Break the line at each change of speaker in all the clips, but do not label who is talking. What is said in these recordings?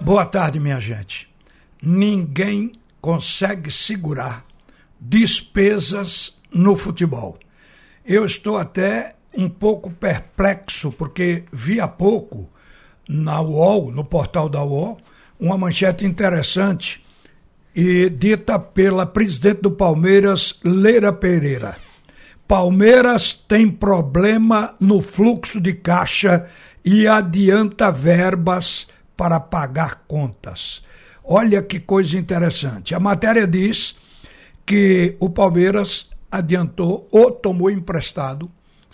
Boa tarde, minha gente. Ninguém consegue segurar despesas no futebol. Eu estou até um pouco perplexo, porque vi há pouco na UOL, no portal da UOL, uma manchete interessante e dita pela presidente do Palmeiras, Leila Pereira. Palmeiras tem problema no fluxo de caixa e adianta verbas para pagar contas. Olha que coisa interessante. A matéria diz que o Palmeiras adiantou ou tomou emprestado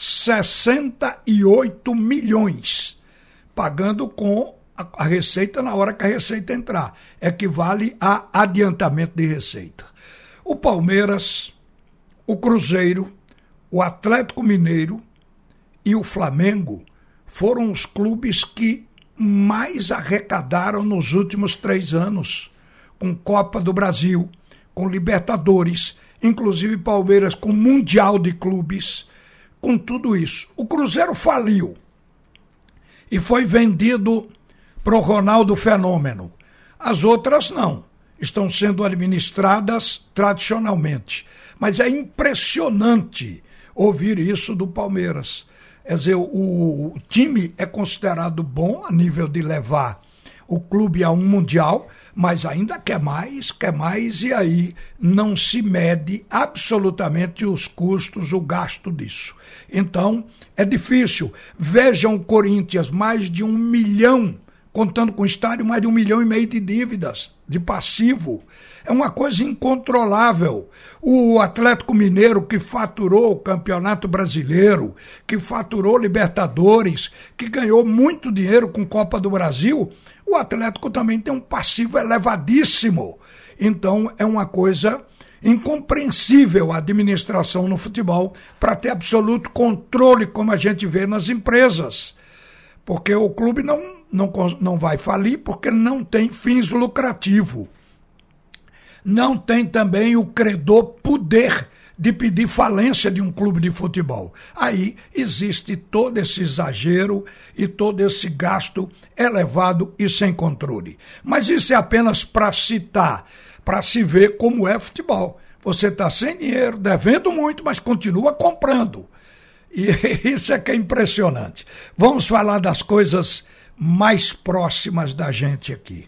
68 milhões, pagando com a receita na hora que a receita entrar. Equivale a adiantamento de receita. O Palmeiras, o Cruzeiro, o Atlético Mineiro e o Flamengo foram os clubes que mais arrecadaram nos últimos 3 anos, com Copa do Brasil, com Libertadores, inclusive Palmeiras com Mundial de Clubes, com tudo isso. O Cruzeiro faliu e foi vendido para o Ronaldo Fenômeno. As outras não, estão sendo administradas tradicionalmente. Mas é impressionante ouvir isso do Palmeiras. Quer dizer, o time é considerado bom a nível de levar o clube a um mundial, mas ainda quer mais, e aí não se mede absolutamente os custos, o gasto disso. Então, é difícil. Vejam o Corinthians, mais de 1 milhão, contando com o estádio, mais de 1,5 milhão de dívidas, de passivo. É uma coisa incontrolável. O Atlético Mineiro, que faturou o Campeonato Brasileiro, que faturou Libertadores, que ganhou muito dinheiro com Copa do Brasil, o Atlético também tem um passivo elevadíssimo. Então, é uma coisa incompreensível a administração no futebol para ter absoluto controle, como a gente vê nas empresas. Porque o clube não vai falir porque não tem fins lucrativos. Não tem também o credor poder de pedir falência de um clube de futebol. Aí existe todo esse exagero e todo esse gasto elevado e sem controle. Mas isso é apenas para citar, para se ver como é futebol. Você está sem dinheiro, devendo muito, mas continua comprando. E isso é que é impressionante. Vamos falar das coisas mais próximas da gente aqui.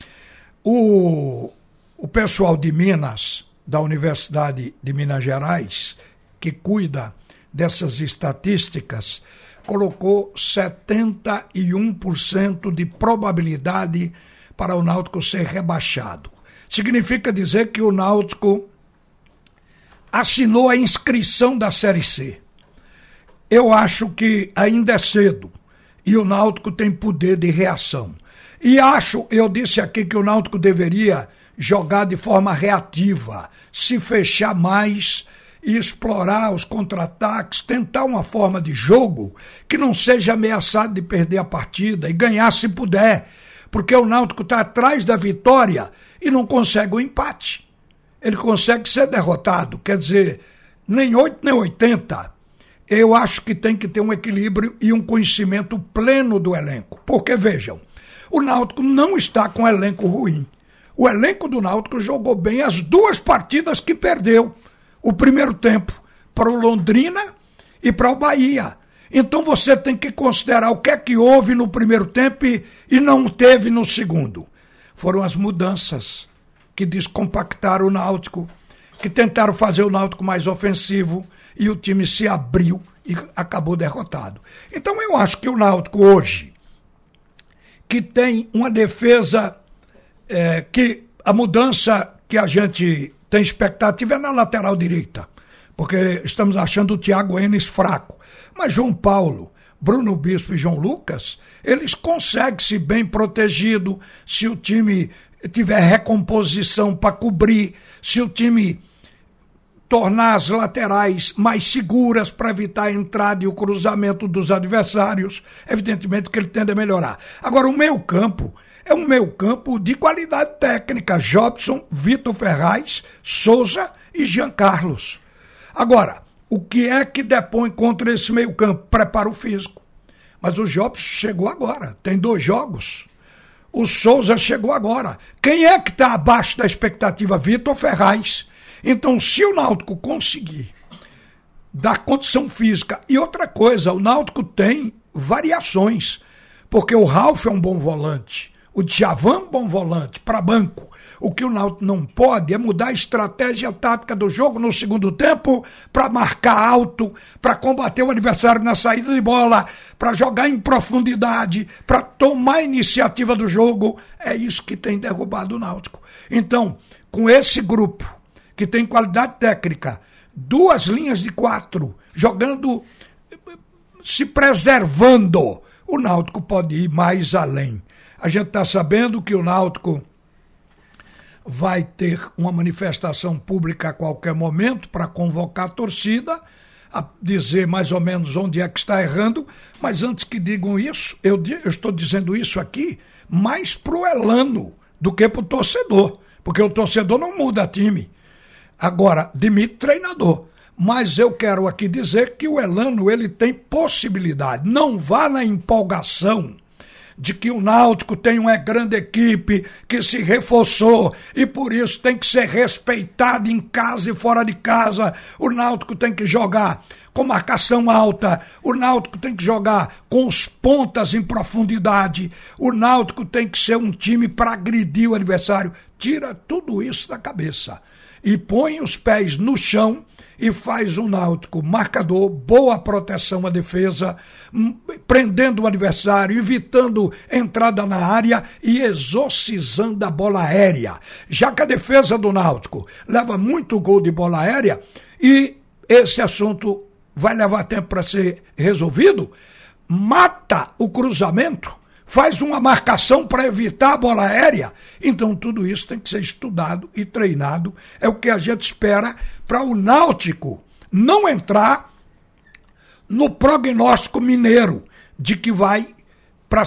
O pessoal de Minas, da Universidade de Minas Gerais, que cuida dessas estatísticas, colocou 71% de probabilidade para o Náutico ser rebaixado. Significa dizer que o Náutico assinou a inscrição da Série C. Eu acho que ainda é cedo e o Náutico tem poder de reação. E eu disse aqui que o Náutico deveria jogar de forma reativa, se fechar mais e explorar os contra-ataques, tentar uma forma de jogo que não seja ameaçado de perder a partida e ganhar se puder, porque o Náutico está atrás da vitória e não consegue o empate. Ele consegue ser derrotado, quer dizer, nem 8 nem 80. Eu acho que tem que ter um equilíbrio e um conhecimento pleno do elenco. Porque, vejam, o Náutico não está com um elenco ruim. O elenco do Náutico jogou bem as 2 partidas que perdeu. O primeiro tempo para o Londrina e para o Bahia. Então você tem que considerar o que é que houve no primeiro tempo e não teve no segundo. Foram as mudanças que descompactaram o Náutico, que tentaram fazer o Náutico mais ofensivo e o time se abriu e acabou derrotado. Então eu acho que o Náutico hoje, que tem uma defesa, que a mudança que a gente tem expectativa é na lateral direita, porque estamos achando o Thiago Enes fraco. Mas João Paulo, Bruno Bispo e João Lucas, eles conseguem se bem protegido, se o time tiver recomposição para cobrir, se o time tornar as laterais mais seguras para evitar a entrada e o cruzamento dos adversários, evidentemente que ele tende a melhorar. Agora, o meio-campo é um meio-campo de qualidade técnica. Jobson, Vitor Ferraz, Souza e Jean Carlos. Agora, o que é que depõe contra esse meio-campo? Preparo físico. Mas o Jobson chegou agora, tem 2 jogos. O Souza chegou agora. Quem é que está abaixo da expectativa? Vitor Ferraz. Então, se o Náutico conseguir dar condição física... E outra coisa, o Náutico tem variações, porque o Ralf é um bom volante, o Djavan é um bom volante para banco. O que o Náutico não pode é mudar a estratégia tática do jogo no segundo tempo para marcar alto, para combater o adversário na saída de bola, para jogar em profundidade, para tomar a iniciativa do jogo. É isso que tem derrubado o Náutico. Então, com esse grupo que tem qualidade técnica, 2 linhas de 4, jogando, se preservando, o Náutico pode ir mais além. A gente está sabendo que o Náutico vai ter uma manifestação pública a qualquer momento para convocar a torcida, a dizer mais ou menos onde é que está errando, mas antes que digam isso, eu estou dizendo isso aqui mais pro Elano do que pro torcedor, porque o torcedor não muda time. Agora, demite treinador. Mas eu quero aqui dizer que o Elano, ele tem possibilidade. Não vá na empolgação de que o Náutico tem uma grande equipe que se reforçou e por isso tem que ser respeitado em casa e fora de casa. O Náutico tem que jogar com marcação alta, o Náutico tem que jogar com os pontas em profundidade, o Náutico tem que ser um time para agredir o adversário. Tira tudo isso da cabeça e põe os pés no chão e faz o Náutico marcador, boa proteção à defesa, prendendo o adversário, evitando entrada na área e exorcizando a bola aérea. Já que a defesa do Náutico leva muito gol de bola aérea e esse assunto vai levar tempo para ser resolvido, mata o cruzamento, faz uma marcação para evitar a bola aérea. Então tudo isso tem que ser estudado e treinado. É o que a gente espera para o Náutico não entrar no prognóstico mineiro de que vai para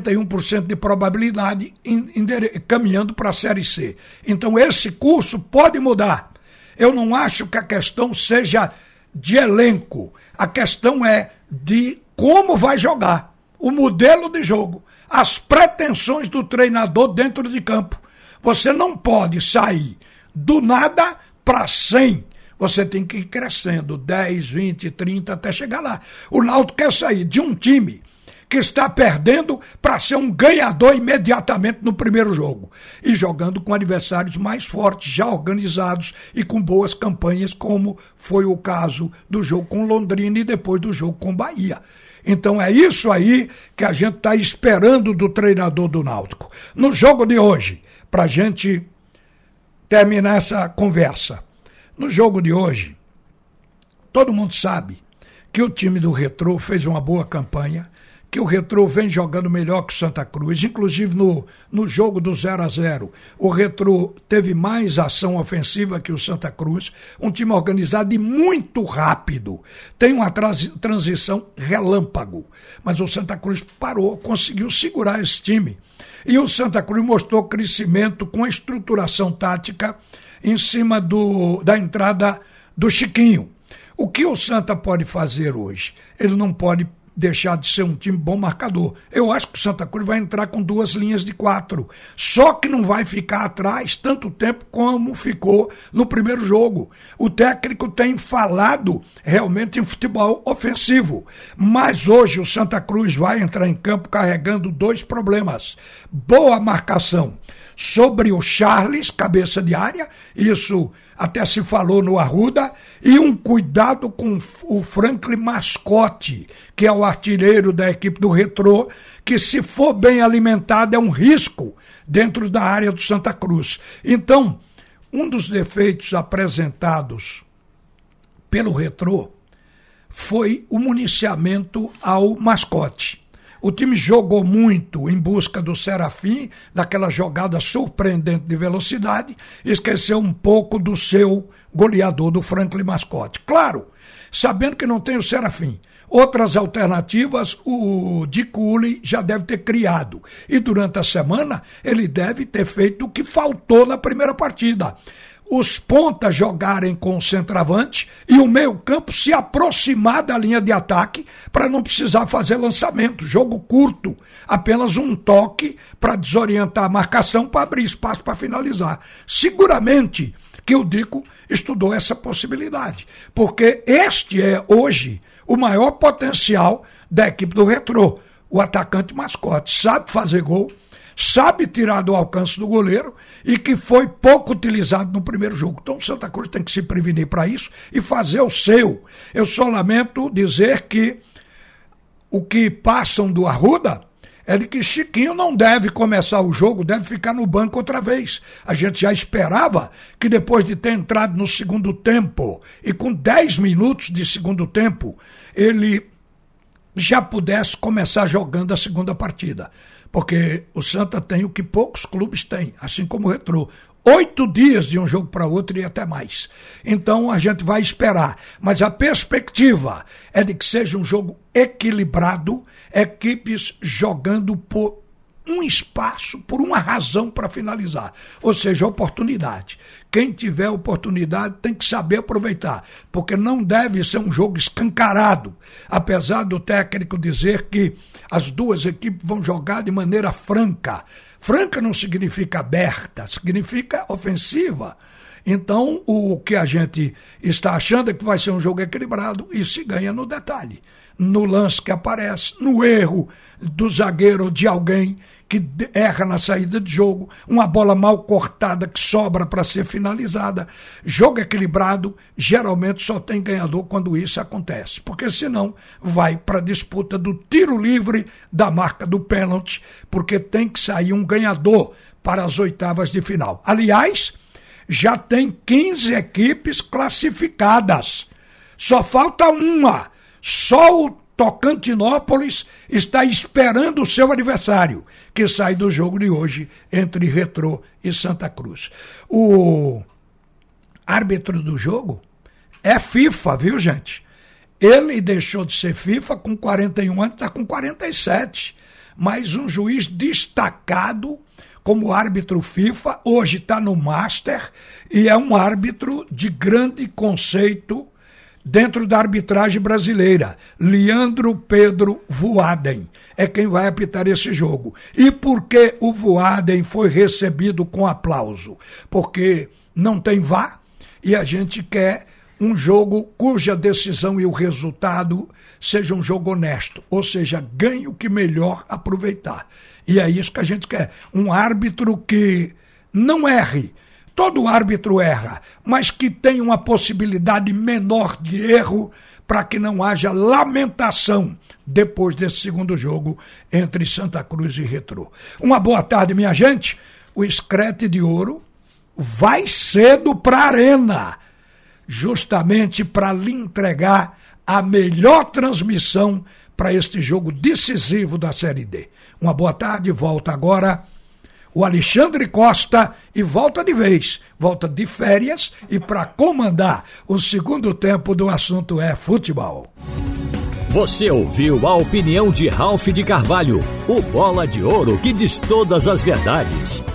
71% de probabilidade caminhando para a Série C. Então esse curso pode mudar. Eu não acho que a questão seja de elenco. A questão é de como vai jogar, o modelo de jogo, as pretensões do treinador dentro de campo. Você não pode sair do nada para 100. Você tem que ir crescendo 10, 20, 30 até chegar lá. O Náutico quer sair de um time que está perdendo para ser um ganhador imediatamente no primeiro jogo. E jogando com adversários mais fortes, já organizados e com boas campanhas, como foi o caso do jogo com Londrina e depois do jogo com Bahia. Então é isso aí que a gente está esperando do treinador do Náutico. No jogo de hoje, para a gente terminar essa conversa, no jogo de hoje, todo mundo sabe que o time do Retrô fez uma boa campanha, que o Retrô vem jogando melhor que o Santa Cruz, inclusive no jogo do 0-0, o Retrô teve mais ação ofensiva que o Santa Cruz, um time organizado e muito rápido, tem uma transição relâmpago, mas o Santa Cruz parou, conseguiu segurar esse time, e o Santa Cruz mostrou crescimento com a estruturação tática em cima da entrada do Chiquinho. O que o Santa pode fazer hoje? Ele não pode deixar de ser um time bom marcador. Eu acho que o Santa Cruz vai entrar com 2 linhas de 4. Só que não vai ficar atrás tanto tempo como ficou no primeiro jogo. O técnico tem falado realmente em futebol ofensivo. Mas hoje o Santa Cruz vai entrar em campo carregando 2 problemas. Boa marcação sobre o Charles, cabeça de área, isso até se falou no Arruda, e um cuidado com o Franklin Mascote, que é o artilheiro da equipe do Retrô, que se for bem alimentado é um risco dentro da área do Santa Cruz. Então, um dos defeitos apresentados pelo Retrô foi o municiamento ao Mascote. O time jogou muito em busca do Serafim, daquela jogada surpreendente de velocidade, esqueceu um pouco do seu goleador, do Franklin Mascote. Claro, sabendo que não tem o Serafim. Outras alternativas o Diculi já deve ter criado. E durante a semana ele deve ter feito o que faltou na primeira partida. os pontas jogarem com o centroavante e o meio-campo se aproximar da linha de ataque para não precisar fazer lançamento. Jogo curto, apenas um toque para desorientar a marcação, para abrir espaço para finalizar. Seguramente que o Dico estudou essa possibilidade, porque este é hoje o maior potencial da equipe do Retrô. O atacante mascote sabe fazer gol, sabe tirar do alcance do goleiro e que foi pouco utilizado no primeiro jogo. Então o Santa Cruz tem que se prevenir para isso e fazer o seu. Eu só lamento dizer que o que passam do Arruda é de que Chiquinho não deve começar o jogo, deve ficar no banco outra vez. A gente já esperava que depois de ter entrado no segundo tempo e com 10 minutos de segundo tempo, ele já pudesse começar jogando a segunda partida. Porque o Santa tem o que poucos clubes têm, assim como o Retrô. 8 dias de um jogo para outro e até mais. Então a gente vai esperar. Mas a perspectiva é de que seja um jogo equilibrado, equipes jogando por um espaço, por uma razão para finalizar. Ou seja, oportunidade. Quem tiver oportunidade tem que saber aproveitar, porque não deve ser um jogo escancarado. Apesar do técnico dizer que as duas equipes vão jogar de maneira franca. Franca não significa aberta, significa ofensiva. Então, o que a gente está achando é que vai ser um jogo equilibrado e se ganha no detalhe. No lance que aparece, no erro do zagueiro ou de alguém que erra na saída de jogo, uma bola mal cortada que sobra para ser finalizada. Jogo equilibrado, geralmente só tem ganhador quando isso acontece, porque senão vai para a disputa do tiro livre da marca do pênalti, porque tem que sair um ganhador para as oitavas de final. Aliás, já tem 15 equipes classificadas, só falta uma, só o Tocantinópolis está esperando o seu adversário, que sai do jogo de hoje entre Retrô e Santa Cruz. O árbitro do jogo é FIFA, viu, gente? Ele deixou de ser FIFA com 41 anos, está com 47. Mas um juiz destacado como árbitro FIFA, hoje está no Master e é um árbitro de grande conceito dentro da arbitragem brasileira. Leandro Pedro Voaden é quem vai apitar esse jogo. E por que o Voaden foi recebido com aplauso? Porque não tem VAR e a gente quer um jogo cuja decisão e o resultado seja um jogo honesto, ou seja, ganhe o que melhor aproveitar. E é isso que a gente quer. Um árbitro que não erre. Todo árbitro erra, mas que tenha uma possibilidade menor de erro para que não haja lamentação depois desse segundo jogo entre Santa Cruz e Retrô. Uma boa tarde, minha gente. O Screte de Ouro vai cedo para a Arena, justamente para lhe entregar a melhor transmissão para este jogo decisivo da Série D. Uma boa tarde, volta agora o Alexandre Costa e volta de vez, volta de férias e para comandar o segundo tempo do Assunto é Futebol.
Você ouviu a opinião de Ralph de Carvalho, o bola de ouro que diz todas as verdades.